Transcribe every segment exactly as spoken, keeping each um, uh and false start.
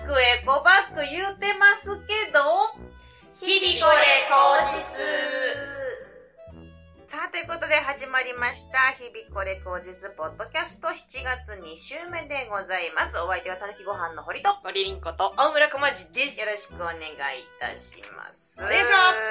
クエコバック言うてますけど、 日々これ口実。 さあ、ということで始まりました。日々これ口実ポッドキャストしちがつにしゅうめでございます。お相手はたぬきご飯の堀と森凛子と大村こまじです。 よろしくお願いいたします。 お願いします。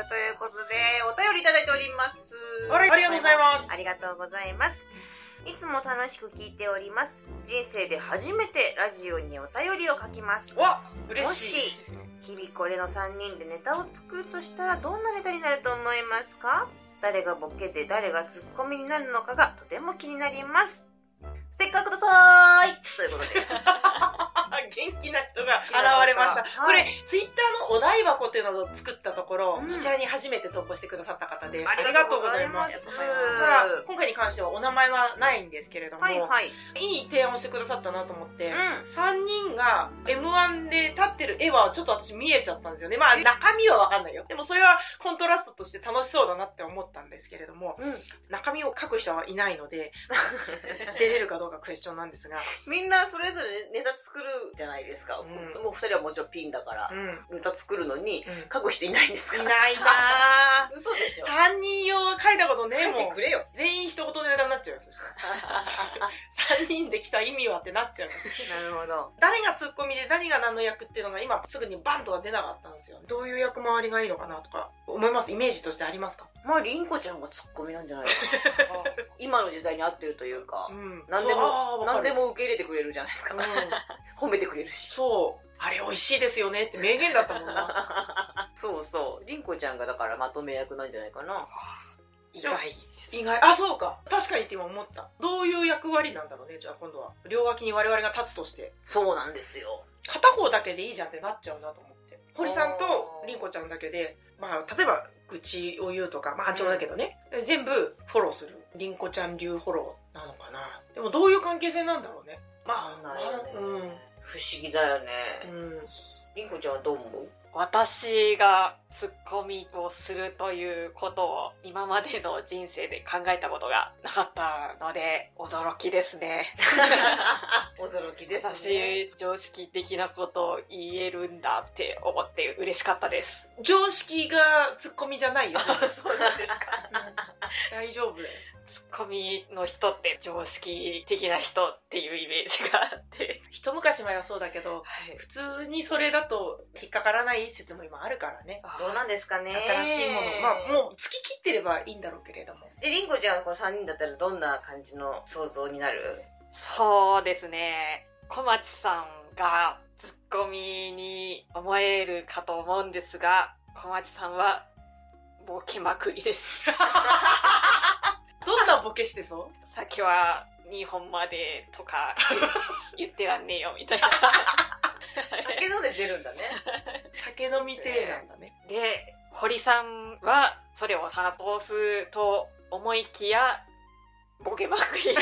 ということで、お便りいただいております。 あれ、ありがとうございます。 ありがとうございます。いつも楽しく聞いております。人生で初めてラジオにお便りを書きます。 わ、嬉しい。 もし、日々これのさんにんでネタを作るとしたらどんなネタになると思いますか？誰がボケで誰がツッコミになるのかがとても気になります。ステッカーくださいということです。 元気な人が現れました。はい、これ、ツイッターのお題箱っていうのを作ったところ、うん、こちらに初めて投稿してくださった方で、ありがとうございます。ただ、今回に関してはお名前はないんですけれども、はいはい、いい提案をしてくださったなと思って、うん、さんにんが エムワン で立ってる絵はちょっと私見えちゃったんですよね。まあ、中身はわかんないよ。でもそれはコントラストとして楽しそうだなって思ったんですけれども、うん、中身を書く人はいないので、出れるかどうかクエスチョンなんですが。 みんなそれぞれネタ作るじゃないですか。うん、もうふたりはもちろんピンだから、うん、ネタ作るのに、うん、書く人いないんですか？ いないなぁ。 嘘でしょ。 さんにん用は書いたことねえもん。 書いてくれよ。 全員一言ネタになっちゃうよ、そしたら。さんにんで来た意味はってなっちゃう。 なるほど。 誰がツッコミで何が何の役っていうのが今すぐにバンとは出なかったんですよ。どういう役回りがいいのかなとか思います。イメージとしてありますか？まあ、 りんこちゃんがツッコミなんじゃないかな。今の時代に合ってるというか、うん、何でも、何でも受け入れてくれるじゃないですか。うん、褒めてくれるし。 そう。あれ美味しいですよねって名言だったもんな。 そうそう。りんこちゃんがだからまとめ役なんじゃないかな。 意外。意外。あ、そうか。確かにって今思った。どういう役割なんだろうね、じゃあ今度は。両脇に我々が立つとして。 そうなんですよ。 片方だけでいいじゃんってなっちゃうなと思って。堀さんとりんこちゃんだけで、まあ、例えば、愚痴を言うとか、まあ、班長だけどね、うん、全部フォローする。りんこちゃん流フォローなのかな。でもどういう関係性なんだろうね。まあ、 ないよね。うん。不思議だよね。うん。りんこちゃんはどう思う？ 私がツッコミをするということを今までの人生で考えたことがなかったので驚きですね。 驚きですね。 私、常識的なことを言えるんだって思って嬉しかったです。 常識がツッコミじゃないよね。 そうなんですか。 大丈夫だよ。 ツッコミの人って常識的な人っていうイメージがあって。 一昔前はそうだけど、はい、普通にそれだと引っかからない説も今あるからね。 どうなんですかね。 新しいもの。まあもう突き切ってればいいんだろうけれども。 で、りんこちゃんはこのさんにんだったらどんな感じの想像になる？ そうですね。小町さんがツッコミに思えるかと思うんですが、小町さんはボケまくりです。 どんなボケしてそう？ 酒はにほんまでとか言ってらんねえよみたいな。 酒飲んで出るんだね。 酒飲みてえなんだね。 で、堀さんはそれを諭すと思いきやボケまくり。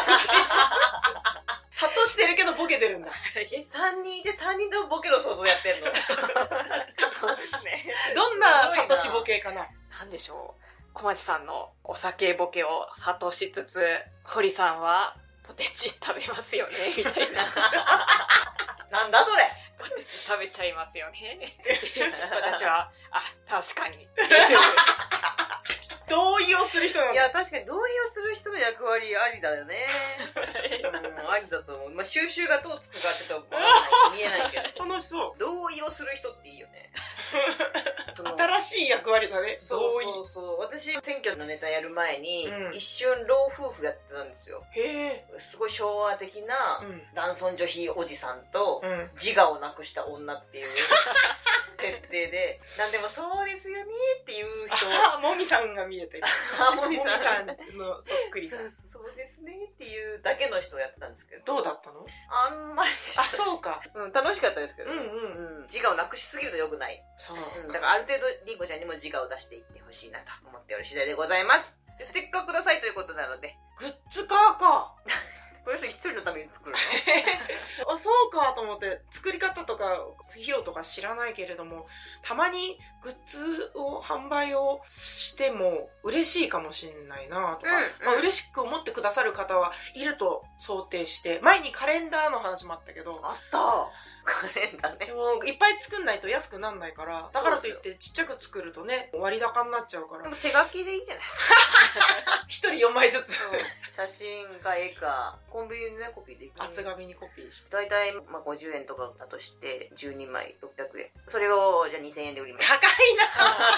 諭してるけどボケてるんだ。 え、さんにんでさんにんともボケの想像やってんの？ そうですね。 どんな諭しボケかな？ なんでしょう。小町さんのお酒ボケを諭しつつ、堀さんはポテチ食べますよねみたいな。 なんだそれ。 ポテチ食べちゃいますよね。私は、あ、確かに。 同意をする人なんだ。 いや、確かに同意をする人の役割ありだよね。うん、ありだと思う。まあ、収集がどうつくかちょっと見えないけど。 楽しそう。 同意をする人っていいよね。 新しい役割だね。 そうそうそう。私、選挙のネタやる前に、うん、一瞬老夫婦やってたんですよ。 へー。 すごい昭和的な、うん、男尊女卑おじさんと、うん、自我をなくした女っていう設定で、なんでもそうですよねっていう人。 あ、もみさんが見えてる。 あ、もみさんのそっくりさ。 そうですねっていうだけの人をやってたんですけど。 どうだったの？ あんまりでした。 あ、そうか。 うん、楽しかったですけど。 うんうん。 うん、自我をなくしすぎると良くない。そう。うん、だからある程度りんこちゃんにも自我を出していってほしいなと思っておる次第でございます。ステッカーくださいということなので。 グッズカーか。 これ一人のために作るの？ あ、そうかと思って作り方とか費用とか知らないけれども、たまにグッズを販売をしても嬉しいかもしれないなとか、うんうん、まあ、嬉しく思ってくださる方はいると想定して、前にカレンダーの話もあったけど、 あったカレンダーね。 でもいっぱい作んないと安くなんないから、だからといってちっちゃく作るとね割高になっちゃうから。 でも手書きでいいじゃないですか。 一人よんまいずつ写真か絵かコンビニでねコピーできる。 厚紙にコピーして、 だいたいまあごじゅうえんとかだとしてじゅうにまいろっぴゃくえん、それをじゃあにせんえんで売ります。 高いな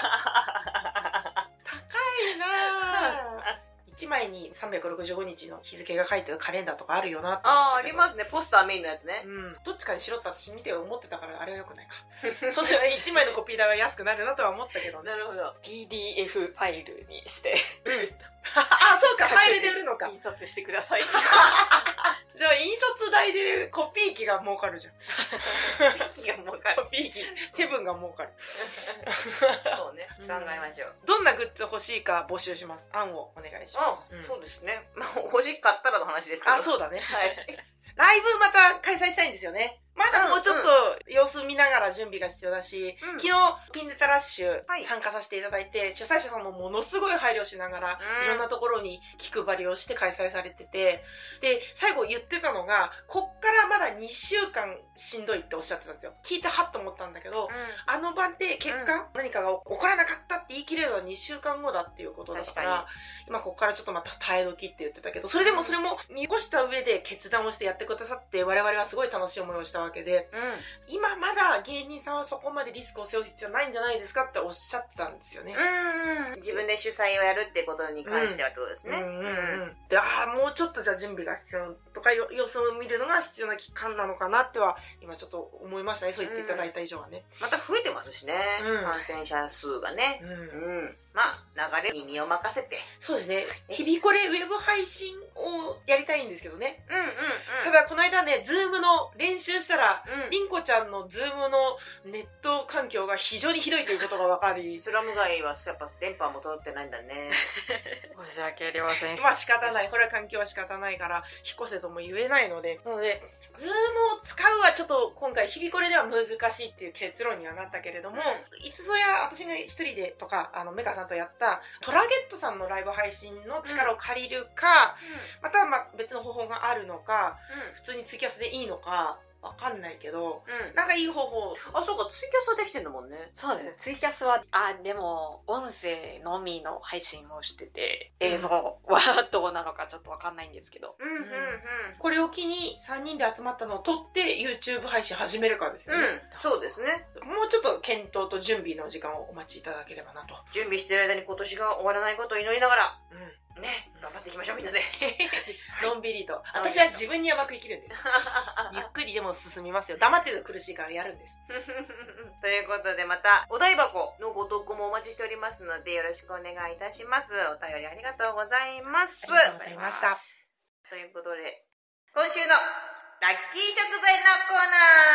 高いないちまいにさんびゃくろくじゅうごにちの日付が書いてるカレンダーとかあるよなって。 ああ、ありますね。ポスターメインのやつね。 うん。どっちかにしろって私見て思ってたから、あれは良くないか。そうすればいちまいのコピー代は安くなるなとは思ったけどね。 なるほど。 ピーディーエフ ファイルにして売ると。 あ、そうか、ファイルで売るのか。 印刷してください。 じゃあ印刷代でコピー機が儲かるじゃん。 コピー機が儲かる。 コピー機、セブンが儲かる。 そうね、考えましょう。 どんなグッズ欲しいか募集します。案をお願いします。 あ、うん、そうですね。まあ欲しかったらの話ですけど。 あ、そうだね。 はい。 ライブまた開催したいんですよね。まだもうちょっと様子見ながら準備が必要だし、うん、昨日ピンネタラッシュ参加させていただいて、はい、主催者さんもものすごい配慮しながら、うん、いろんなところに気配りをして開催されてて、で最後言ってたのが、こっからまだにしゅうかんしんどいっておっしゃってたんですよ。聞いてはっと思ったんだけど、うん、あの晩で結果、うん、何かが起こらなかったって言い切れるのはにしゅうかんごだっていうことだから、今こっからちょっとまた耐え時って言ってたけど、それでもそれも見越した上で決断をしてやってくださって、我々はすごい楽しい思いをしたわけで、うん、今まだ芸人さんはそこまでリスクを背負う必要ないんじゃないですかっておっしゃったんですよね。 うん、自分で主催をやるってことに関してはってことですね。うんうんうん、 で、ああもうちょっとじゃあ準備が必要とか様子を見るのが必要な期間なのかなっては今ちょっと思いましたね。そう言っていただいた以上はね。 うん、また増えてますしね、うん、感染者数がね。うん、うん、まあ流れに身を任せて。 そうですね。日々これウェブ配信をやりたいんですけどね。 うんうんうん。 ただこの間ね、ズームの練習したら、うん、りんこちゃんのズームのネット環境が非常にひどいということが分かり、 スラム街はやっぱ電波も通ってないんだね。 申し訳ありません。 まあ仕方ない。これは環境は仕方ないから引っ越せとも言えないので、なのでズームを使うはちょっと今回日々これでは難しいっていう結論にはなったけれども、うん、いつぞや私が一人でとかあのメカさんとやったトラゲットさんのライブ配信の力を借りるか、うん、またはまあ別の方法があるのか、うん、普通にツイキャスでいいのかわかんないけど、うん、なんかいい方法。 あ、そうか、ツイキャスはできてんだもんね。 そうですね、ツイキャスは、あ、でも、音声のみの配信をしてて、映像はどうなのかちょっとわかんないんですけど。 うんうんうん。 これを機にさんにんで集まったのを撮って YouTube 配信始めるかですよね。うん、 そうですね。 もうちょっと検討と準備の時間をお待ちいただければなと。 準備してる間に今年が終わらないことを祈りながら、うん。ね、頑張っていきましょうみんなで。 のんびりと。私は自分に甘く生きるんです。ゆっくりでも進みますよ。黙ってると苦しいからやるんです。 ということでまたお題箱のご投稿もお待ちしておりますのでよろしくお願いいたします。お便りありがとうございます。 ありがとうございました。 ということで今週のラッキー食材のコーナ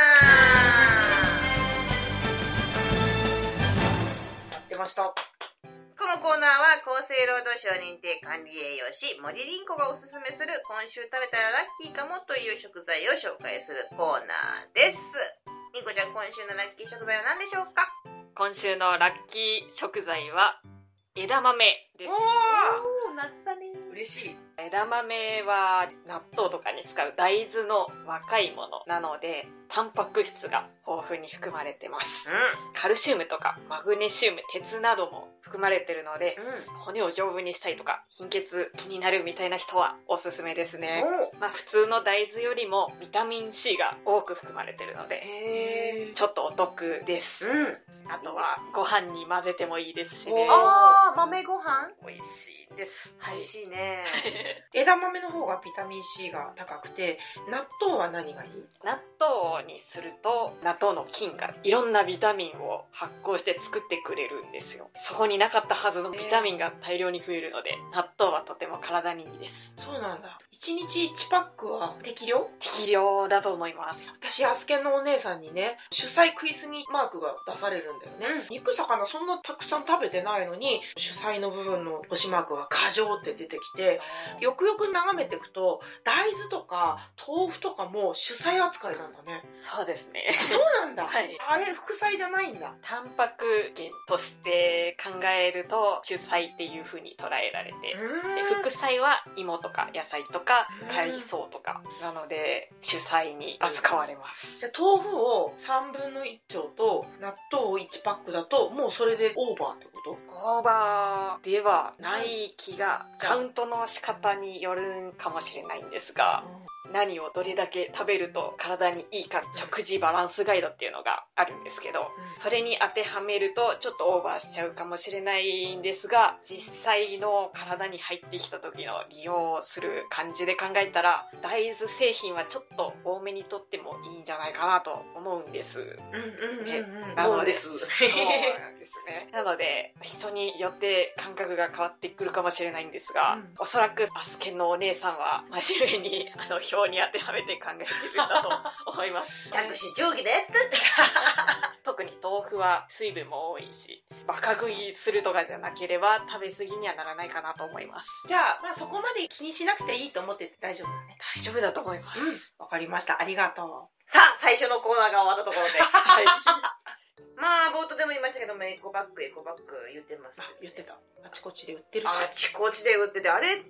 ーやってました。 このコーナーは厚生労働省認定管理栄養士森凛子がおすすめする今週食べたらラッキーかもという食材を紹介するコーナーです。凛子ちゃん、今週のラッキー食材は何でしょうか？ 今週のラッキー食材は枝豆です。 おー、夏だね。 嬉しい。 枝豆は納豆とかに使う大豆の若いものなのでタンパク質が豊富に含まれてます、うん、カルシウムとかマグネシウム、鉄なども含まれてるので、うん、骨を丈夫にしたいとか貧血気になるみたいな人はおすすめですね。まあ、普通の大豆よりもビタミン C が多く含まれてるのでへちょっとお得です、うん、あとはご飯に混ぜてもいいですしね。 あー、豆ご飯美味しいです。 美味しいね。 枝豆の方がビタミン C が高くて、納豆は何がいい？ 納豆にすると納豆の菌がいろんなビタミンを発酵して作ってくれるんですよ。そこになかったはずのビタミンが大量に増えるので納豆はとても体にいいです。 そうなんだ。いちにちいちパックは適量？ 適量だと思います。 私アスケンのお姉さんにね、主菜食いすぎマークが出されるんだよね、うん、肉魚そんなたくさん食べてないのに主菜の部分の星マークは過剰って出てきて、よくよく眺めていくと大豆とか豆腐とかも主菜扱いなんだね。 そうですね。 そうなんだ、はい、あれ副菜じゃないんだ。 タンパク源として考えると主菜っていう風に捉えられて、で副副菜は芋とか野菜とか海藻とかなので主菜に扱われます。 じゃあ豆腐をさんぶんのいち丁と納豆をいちパックだともうそれでオーバーってこと？ オーバーではない気が、カウントの仕方によるかもしれないんですが、何をどれだけ食べると体にいいか、食事バランスガイドっていうのがあるんですけど、それに当てはめるとちょっとオーバーしちゃうかもしれないんですが、実際の体に入ってきた時の利用する感じで考えたら、大豆製品はちょっと多めにとってもいいんじゃないかなと思うんです。うんうんうんうん。 なので、 そうなんですね。なので、人によって感覚が変わってくるかもしれないんですが、うん、おそらくアスケンのお姉さんは真面目にあの表に当てはめて考えているんだと思います。 着手定規のやつです。 特に豆腐は水分も多いし、バカ食いするとかじゃなければ食べ過ぎにはならないかなと思います。 じゃあ、まあそこまで気にしなくていいと思ってて大丈夫だね。 大丈夫だと思います。 うん。わかりました。ありがとう。 さあ、最初のコーナーが終わったところで。はい。まあ、冒頭でも言いましたけども、エコバッグ、エコバッグ言ってます。 あ、言ってた。あちこちで売ってるし。 あちこちで売ってて、あれって、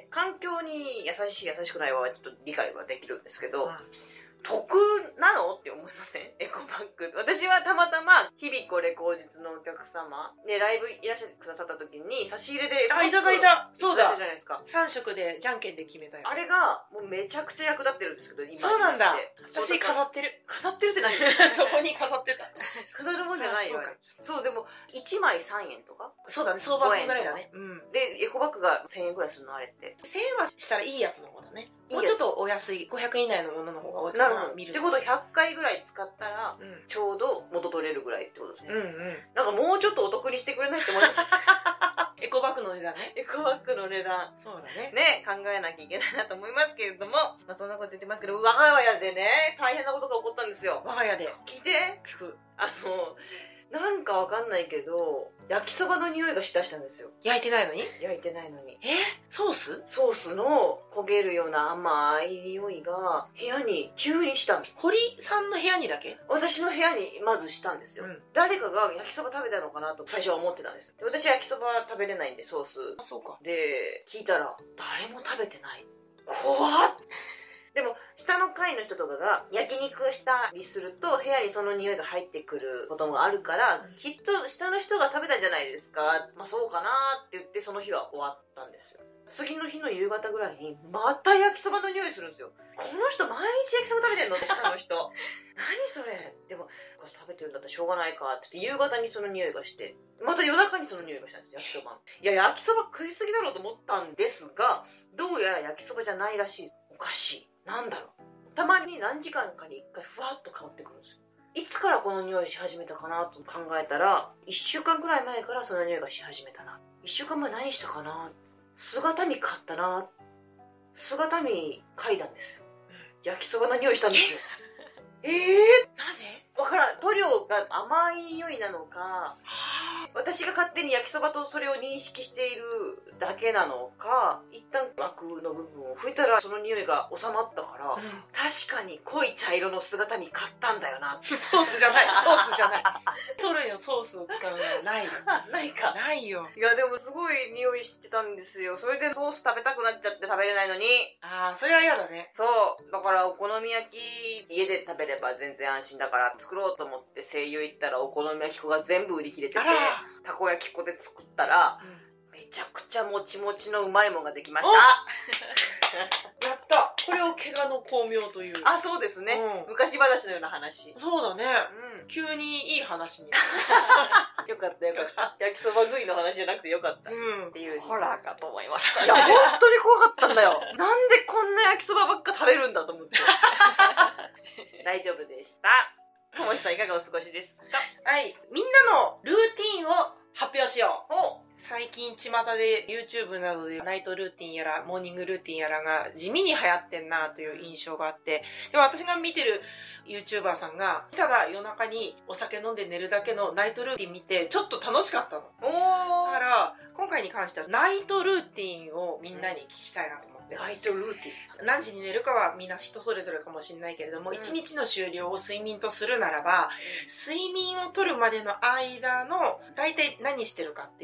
環境に優しい、優しくないはちょっと理解はできるんですけど、うん、得なのって思いません？エコバッグ。私はたまたま、日々これ口実のお客様、ね、ライブいらっしゃってくださった時に、差し入れでエコバッグ。 あ、いただいた。そうだ。 じゃないですか。 さん色でじゃんけんで決めたよ。 あれが、もうめちゃくちゃ役立ってるんですけど、今。 そうなんだ。私飾ってる。 飾ってるって何？ そこに飾ってた。 飾るもんじゃないよ。そう、でも、いちまいさんえんとか？ そうだね、相場ぐらいだね。うん。 で、エコバッグがせんえんぐらいするの、あれって。 せんえんはしたらいいやつの方だね。もうちょっとお安い、ごひゃくえん以内のものの方が多いかな。 なるほど。ってことはひゃっかいぐらい使ったら、ちょうど元取れるぐらいってことですね。うんうん。なんかもうちょっとお得にしてくれないって思います。 エコバッグの値段ね。 エコバッグの値段。 そうだね。 ね、考えなきゃいけないなと思いますけれども、まあそんなこと言ってますけど、我が家でね、大変なことが起こったんですよ。 我が家で。 聞いて。聞く。あの、なんかわかんないけど、焼きそばの匂いがしだしたんですよ。 焼いてないのに？ 焼いてないのに。 え？ソース？ ソースの焦げるような甘い匂いが部屋に急にしたの。 堀さんの部屋にだけ？ 私の部屋にまずしたんですよ。うん、誰かが焼きそば食べたのかなと最初は思ってたんです。私は焼きそば食べれないんで、ソース。 あ、そうか。 で、聞いたら、誰も食べてない。怖っ！でも、下の階の人とかが焼肉したりすると部屋にその匂いが入ってくることもあるから、うん、きっと下の人が食べたんじゃないですか。まあそうかなって言ってその日は終わったんですよ。次の日の夕方ぐらいにまた焼きそばの匂いするんですよ。この人毎日焼きそば食べてんのって下の人。何それ。でも、食べてるんだったらしょうがないかって言って夕方にその匂いがして、また夜中にその匂いがしたんですよ、焼きそば。いや、焼きそば食いすぎだろうと思ったんですが、どうやら焼きそばじゃないらしい。おかしい。なんだろう。たまに何時間かに一回ふわっと香ってくるんですよ。いつからこの匂いし始めたかなと考えたら、いっしゅうかんくらい前からその匂いがし始めたな。いっしゅうかんまえ何したかな。姿見買ったな。姿見嗅いだんですよ。焼きそばの匂いしたんですよ。えー、 なぜ？ わからん。塗料が甘い匂いなのか、私が勝手に焼きそばとそれを認識しているだけなのか、一旦膜の部分を拭いたらその匂いが収まったから、うん、確かに濃い茶色の姿に買ったんだよな。 ソースじゃない、ソースじゃない。トルイのソースを使うのはない。 ないか。 ないよ。 いやでもすごい匂いしてたんですよ。それでソース食べたくなっちゃって食べれないのに。 ああ、それは嫌だね。 そう。だからお好み焼き家で食べれば全然安心だから作ろうと思って西友行ったらお好み焼き粉が全部売り切れてて、たこ焼き粉で作ったら、うん、めちゃくちゃもちもちのうまいもんができました。 やった。これを怪我の巧妙という。 あ、そうですね。うん、昔話のような話。 そうだね。うん、急にいい話に。 よかったよかった。焼きそば食いの話じゃなくてよかった。うん、っていう。 ホラーかと思いました、 ね。いや、本当に怖かったんだよ。なんでこんな焼きそばばっか食べるんだと思って。大丈夫でした。ともしさんいかがお過ごしですか？ はい。みんなのルーティンを発表しよう。お最近巷で YouTube などでナイトルーティンやらモーニングルーティンやらが地味に流行ってんなという印象があって、でも私が見てる YouTuber さんがただ夜中にお酒飲んで寝るだけのナイトルーティン見てちょっと楽しかったの。おだから今回に関してはナイトルーティンをみんなに聞きたいなと思って。 ナイトルーティン。 何時に寝るかはみんな人それぞれかもしれないけれども、うん、いちにちの終了を睡眠とするならば、うん、睡眠をとるまでの間の大体何してるかっていうのを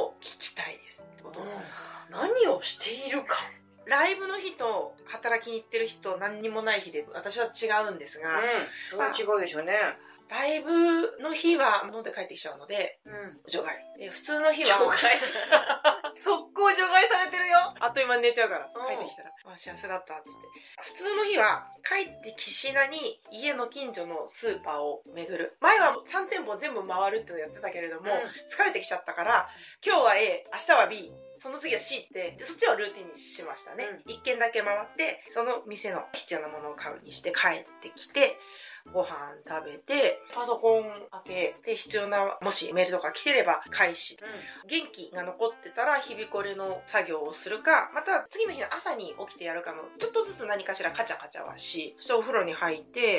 を聞きたいですってこと。 何をしているか。 ライブの日と働きに行ってる日と何にもない日で私は違うんですが、 うん、それは違うでしょうね。 ライブの日は飲んで帰ってきちゃうので、 うん。 除外。で、普通の日は、 除外速攻除外されてるよ。 あっという間に寝ちゃうから、 うん帰ってきたら、あ、幸せだったっつって。普通の日は、帰って岸名に家の近所のスーパーを巡る。前はさん店舗全部回るってのやってたけれども、 うん疲れてきちゃったから、今日は A、明日は B、その次は C って、でそっちをルーティンにしましたね。一軒だけ回って、その店の必要なものを買うにして帰ってきて、ご飯食べて、パソコン開けて、必要な、もしメールとか来てれば開始。元気が残ってたら日々これの作業をするか、また次の日の朝に起きてやるかの、ちょっとずつ何かしらカチャカチャはし、そしてお風呂に入って、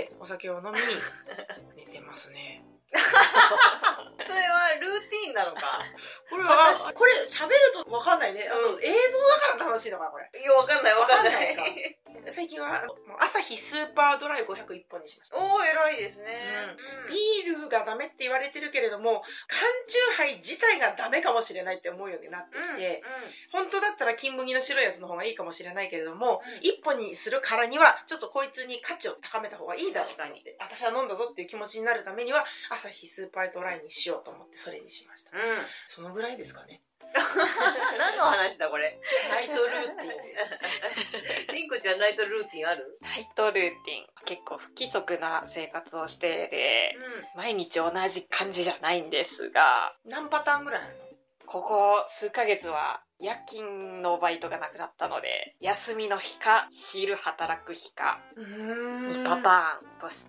お酒を飲み、寝てますね。 それはルーティーンなのか。 これは、これ喋るとわかんないね。あの、映像だから楽しいのかな、これ。 いや、わかんないわかんない。 わかんないか最近は、もう朝日スーパードライごひゃくいっぽんにしました。 おー、偉いですね。 うん、ビールがダメって言われてるけれども、缶チューハイ自体がダメかもしれないって思うようになってきて、うんうん、本当だったら金麦の白いやつの方がいいかもしれないけれども、うん、いっぽんにするからには、ちょっとこいつに価値を高めた方がいいだろうと思って、私は飲んだぞっていう気持ちになるためには、朝日スーパードライにしようと思ってそれにしました。うん、そのぐらいですかね。 何の話だこれ。 ナイトルーティン。 リンコちゃんナイトルーティンある？ ナイトルーティン。結構不規則な生活をしてて、うん、毎日同じ感じじゃないんですが。 何パターンぐらいあるの？ ここ数ヶ月は夜勤のバイトがなくなったので、休みの日か昼働く日かにパターンとして、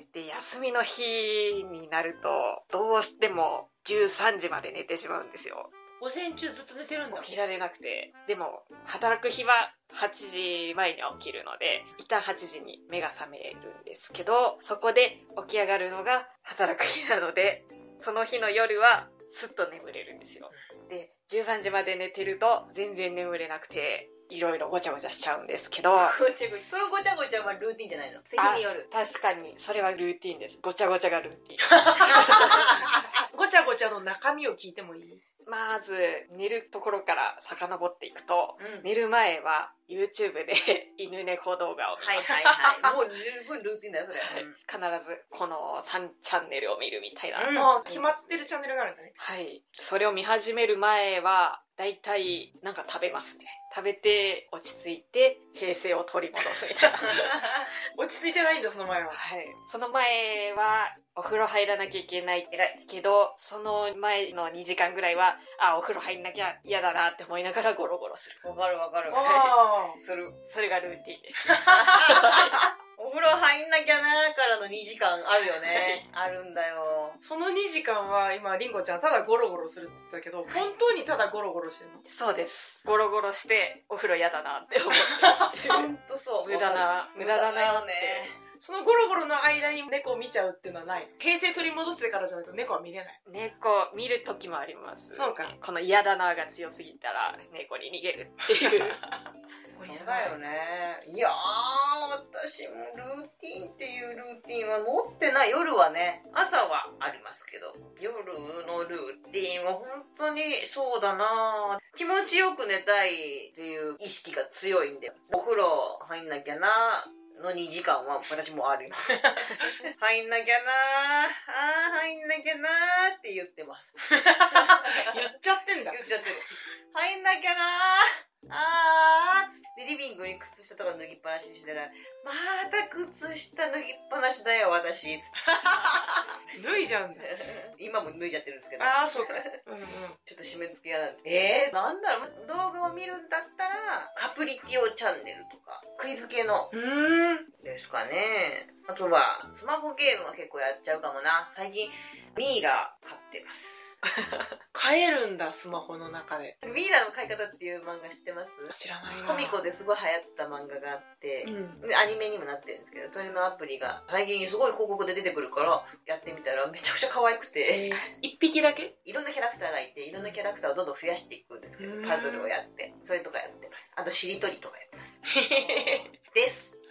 で休みの日になるとどうしてもじゅうさんじまで寝てしまうんですよ。 午前中ずっと寝てるんだ。 起きられなくて、でも働く日ははちじまえに起きるので、一旦はちじに目が覚めるんですけど、そこで起き上がるのが働く日なので、その日の夜はすっと眠れるんですよ。で、じゅうさんじまで寝てると全然眠れなくて、いろいろごちゃごちゃしちゃうんですけど。 ごちゃごちゃ。そのごちゃごちゃはルーティンじゃないの？次による。 確かに、それはルーティンです。ごちゃごちゃがルーティン。 ごちゃごちゃの中身を聞いてもいい？ まず、寝るところから遡っていくと、うん、寝る前は YouTube で犬猫動画を見ます。 はいはいはい。もう十分ルーティンだよ、それ。 必ず、このさんチャンネルを見るみたいな。 うん、もう決まってるチャンネルがあるんだね。 はい。それを見始める前は、だいたいなんか食べますね。食べて、落ち着いて、平静を取り戻すみたいな。 落ち着いてないんだ、その前は。 はい。その前は、お風呂入らなきゃいけないけど、その前のにじかんぐらいは、あ、お風呂入んなきゃ嫌だなって思いながらゴロゴロする。 わかるわかる。 する。それがルーティンです。 お風呂入んなきゃなーからのにじかんあるよね。あるんだよ。 そのにじかんは今リンゴちゃんただゴロゴロするって言ってたけど、本当にただゴロゴロしてるの？ そうです。ゴロゴロしてお風呂嫌だなって思って。 ほんとそう。 無駄な、無駄だなって。 そのゴロゴロの間に猫を見ちゃうっていうのはない？平静取り戻してからじゃないと猫は見れない？ 猫見る時もあります。 そうか。 この嫌だなが強すぎたら猫に逃げるっていう。 そうだよね。いやー、私もルーティンっていうルーティンは持ってない。夜はね、朝はありますけど、夜のルーティンは本当にそうだな。気持ちよく寝たいっていう意識が強いんで、お風呂入んなきゃなのにじかんは私もあります。入んなきゃなあー入んなきゃなーって言ってます。 言っちゃってんだ。 言っちゃってる。入んなきゃなーあーで、リビングに靴下とか脱ぎっぱなしにしてたら、また靴下脱ぎっぱなしだよ、私。 脱いじゃうんだ。 今も脱いじゃってるんですけど。 ああ、そうか。うんうん。 ちょっと締め付けやなんで。えー、なんだろう、動画を見るんだったら、カプリティオチャンネルとか、クイズ系の、 うーん。 ですかね。あとは、スマホゲームは結構やっちゃうかもな。最近、ミイラ買ってます。 買えるんだ、スマホの中で。 ミイラの買い方っていう漫画知ってます？ 知らないな。 コミコですごい流行った漫画があって、うん、アニメにもなってるんですけど、それのアプリが最近すごい広告で出てくるからやってみたらめちゃくちゃ可愛くて、 えー、一匹だけ？ いろんなキャラクターがいて、いろんなキャラクターをどんどん増やしていくんですけど、パズルをやって、それとかやってます。あとしりとりとかやってます。です。 は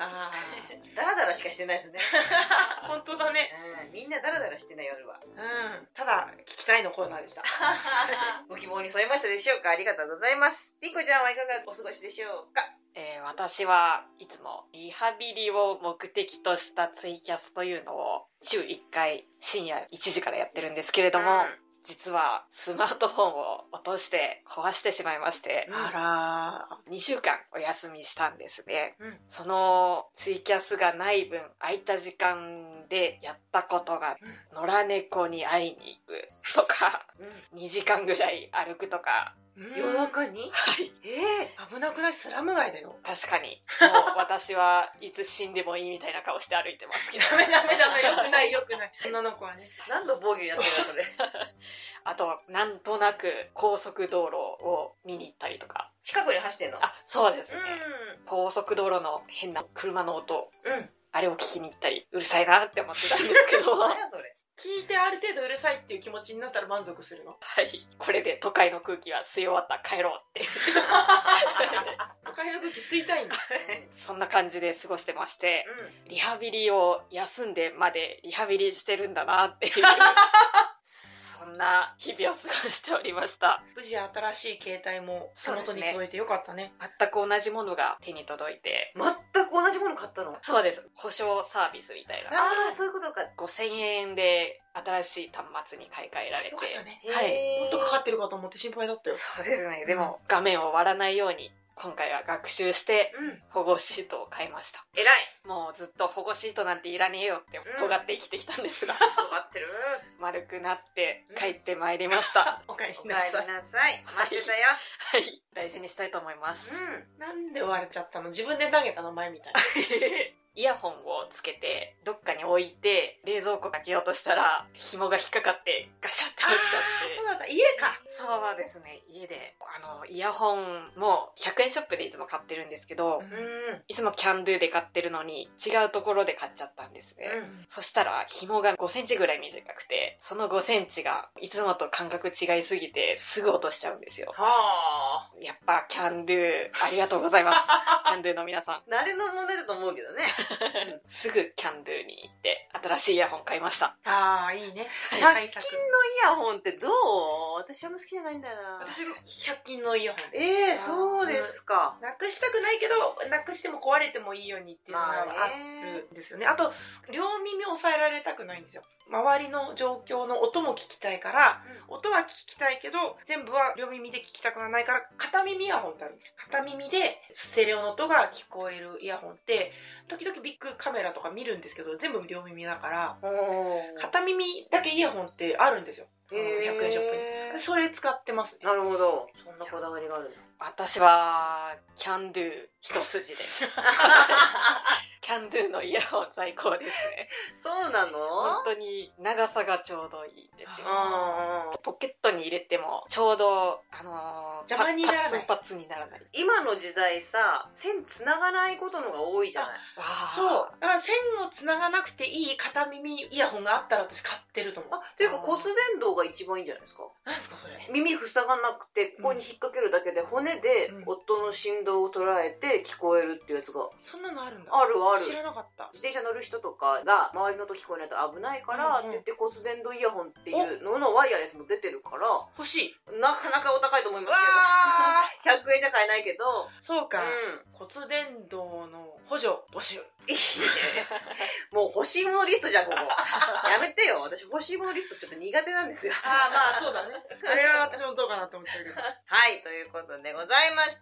あダラダラしかしてないですね。 あ本当だね。 うん、みんなダラダラしてない夜は。 うんただ聞きたいのコーナーでした。 ご希望に添えましたでしょうか。ありがとうございます。ピンコちゃんはいかがお過ごしでしょうか。 えー私はいつもリハビリを目的としたツイキャスというのを週いっかい深夜いちじからやってるんですけれども、 うん実はスマートフォンを落として壊してしまいまして、 あらにしゅうかんお休みしたんですね。 うんそのツイキャスがない分空いた時間でやったことが、野良猫に会いに行くとか、にじかんぐらい歩くとか、 ー夜中にはいええ危なくない？スラム街だよ。 確かにもう私はいつ死んでもいいみたいな顔して歩いてますけどダメダメダメよくないよくない。女の子はね。 何の防御やってるのそれ。 あとなんとなく高速道路を見に行ったりとか。 近くに走ってんの。 あ、そうですね、 う高速道路の変な車の音、 んうん。 あれを聞きに行ったり、うるさいなって思ってたんですけど何やそれ。 聞いてある程度うるさいっていう気持ちになったら満足するの。 はいこれで都会の空気は吸い終わった帰ろうって都会の空気吸いたいんだ。 そんな感じで過ごしてまして、リハビリを休んでまでリハビリしてるんだなっていうそんな日々を過ごしておりました。 無事新しい携帯も手元に届いてよかったね。 全く同じものが手に届いて。 うん。全く同じもの買ったの。 そうです、保証サービスみたいな。 ああ、そういうことか。 ごせんえんで新しい端末に買い替えられて。 よかったね。 はいへーもっとかかってるかと思って心配だったよ。 そうですね、でも画面を割らないように今回は学習してうん。 保護シートを買いました。 偉い。 もうずっと保護シートなんていらねえよって尖って生きてきたんですが、 尖ってる。 丸くなって帰ってまいりました。 おかえおかえりりなさい。 なさい。待ってたよ。 はい大事にしたいと思います。 うん。 なんで割れちゃったの？自分で投げたの前みたいな。 イヤホンをつけてどっかに置いて冷蔵庫かけようとしたら紐が引っかかってガシャって落ちちゃって。 そうだった。家か。 そうですね、家であのイヤホンもひゃくえんショップでいつも買ってるんですけど、 うんうん。 いつもキャンドゥで買ってるのに違うところで買っちゃったんですね、 うんそしたら紐がごセンチぐらい短くて、そのごセンチがいつもと感覚違いすぎてすぐ落としちゃうんですよ。 はあ。 やっぱキャンドゥありがとうございますキャンドゥの皆さん慣れの問題だと思うけどね。 すぐキャンドゥに行って新しいイヤホン買いました。 ああ、いいね。 ひゃく対策。 均のイヤホンってどう？私あんま好きじゃないんだよな。 私もひゃく均のイヤホン。 ええー、そうですか。 なくしたくないけど、なくしても壊れてもいいようにっていうのがあるんですよね。あと、両耳を抑えられたくないんですよ。周りの状況の音も聞きたいから、音は聞きたいけど、全部は両耳で聞きたくはないから、片耳イヤホンってある。片耳でステレオの音が聞こえるイヤホンって、時々ビッグカメラとか見るんですけど、全部両耳だから、片耳だけイヤホンってあるんですよ。ひゃくえんショップに。それ使ってますね。 なるほど。そんなこだわりがあるんだ。 私はキャンドゥ一筋ですキャンドゥのイヤホン最高ですね。 そうなの？ 本当に長さがちょうどいいですよ。 あーポケットに入れてもちょうどあのー、 邪魔にならないパッツンパッツンにならない。 今の時代さ、線繋がないことのが多いじゃない。 そう。だから線を繋がなくていい片耳イヤホンがあったら私買ってると思う。 あ、っていうか骨伝導が一番いいんじゃないですか。 何ですかそれ。 耳塞がなくて、ここに引っ掛けるだけで骨でうん音の振動を捉えて聞こえるっていうやつがそんなのあるんだ。 あるある。 知らなかった。 自転車乗る人とかが周りの音聞こえないと危ないからって言って骨伝導イヤホンっていうののワイヤレスも出てるから欲しい。 なかなかお高いと思いますわけどひゃくえんじゃ買えないけどーそうか、 う骨伝導の補助募集。 んもう欲しいものリストじゃんここやめてよ。私欲しいものリストちょっと苦手なんですよ。 ああまあそうだね。あれは私もどうかなと思っちゃうけど。 はいということでございまして、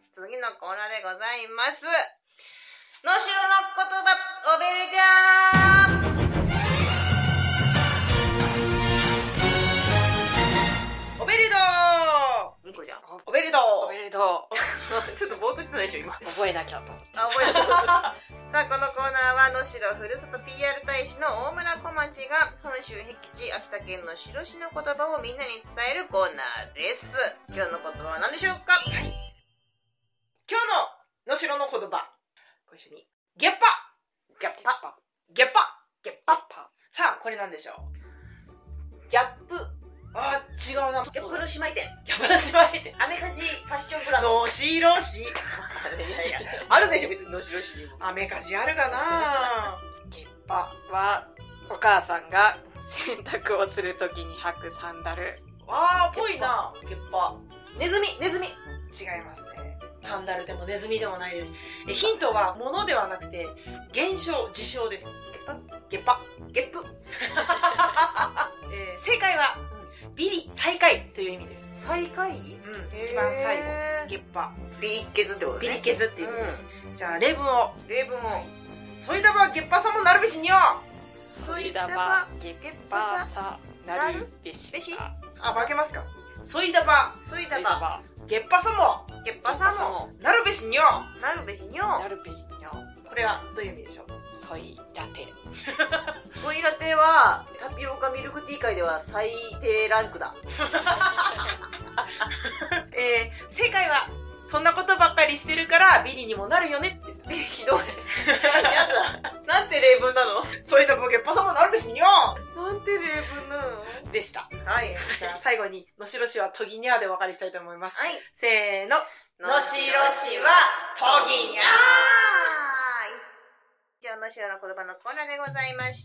次のコーナーでございます。のしろの言葉おべれじゃーおべりどーニコちゃんおべりどおーめでとちょっとぼーっとしてたでしょ今。 う。覚えなきゃと。 あ、覚えた。さあ、このコーナーは、能代ふるさと ピーアール 大使の大村小町が、本州僻地、秋田県の白市の言葉をみんなに伝えるコーナーです。今日の言葉は何でしょうか？ 今日ののしろの言葉、ご一緒に。ゲッパギャッパ。 ゲッパギャッパ。 パパ。 さあ、これなんでしょう。 ギャップ。 あー、違うな。 ゲップの姉妹店。 ゲップの姉妹店。 アメカジファッションブランド。 のしろし。 いやいや、あるでしょ、別にのしろしにも。 アメカジあるかな。 ゲッパはお母さんが洗濯をするときに履くサンダル。 あー、ぽいな。ゲッパ。 ネズミ、ネズミ。 違いますね。サンダルでもネズミでもないです。えヒントは物ではなくて現象、事象です。ゲッパ。ゲッパ。ゲップ。えー、正解は、うん、ビリ最下位という意味です。 最下位？ うん、一番最後。ゲッパ。 ビリッケズってことね。 ビリッケズっていう意味です。うん、じゃあ例文を。 例文を。 そいだばゲッパさもなるべしにゃ。 そいだばゲッパさなるべし。 あ、化けますか。そいだば。 そいだば。 ゲッパさも。 ゲッパさも。 なるべしにゃ。 なるべしにゃ。 なるべしにゃ。 これはどういう意味でしょう。 ソイラテ。 ソイラテはタピオカミルクティー界では最低ランクだ。 えー、正解はそんなことばっかりしてるからビリにもなるよねって。 ひどい。やだ。なんて例文なの？ そういったボケパサもなるべしにゃ。 なんて例文なの？ でした。 はい。 じゃあ最後にのしろしはとぎにゃでお別れしたいと思います。 はい。 せーの。のしろしはとぎにゃ。 以上のしろの言葉のコーナーでございました。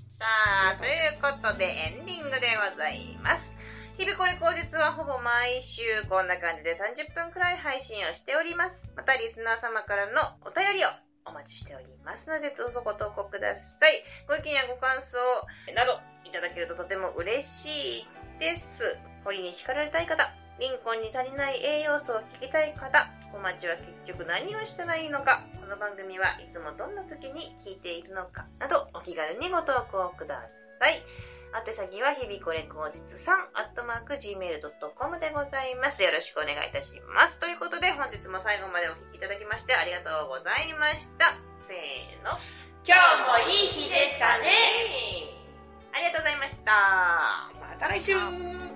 ということでエンディングでございます。日々これ口実はほぼ毎週こんな感じでさんじゅっぷんくらい配信をしております。またリスナー様からのお便りをお待ちしておりますのでどうぞご投稿ください。ご意見やご感想などいただけるととても嬉しいです。堀に叱られたい方、リンコンに足りない栄養素を聞きたい方、小町は結局何をしたらいいのか、この番組はいつもどんな時に聞いているのかなどお気軽にご投稿ください。宛先は日々これ口実さんアットマーク ジーメールドットコム でございます。よろしくお願いいたします。ということで本日も最後までお聞きいただきましてありがとうございました。せーの。 今日もいい日でしたね。 ありがとうございました。 また来週。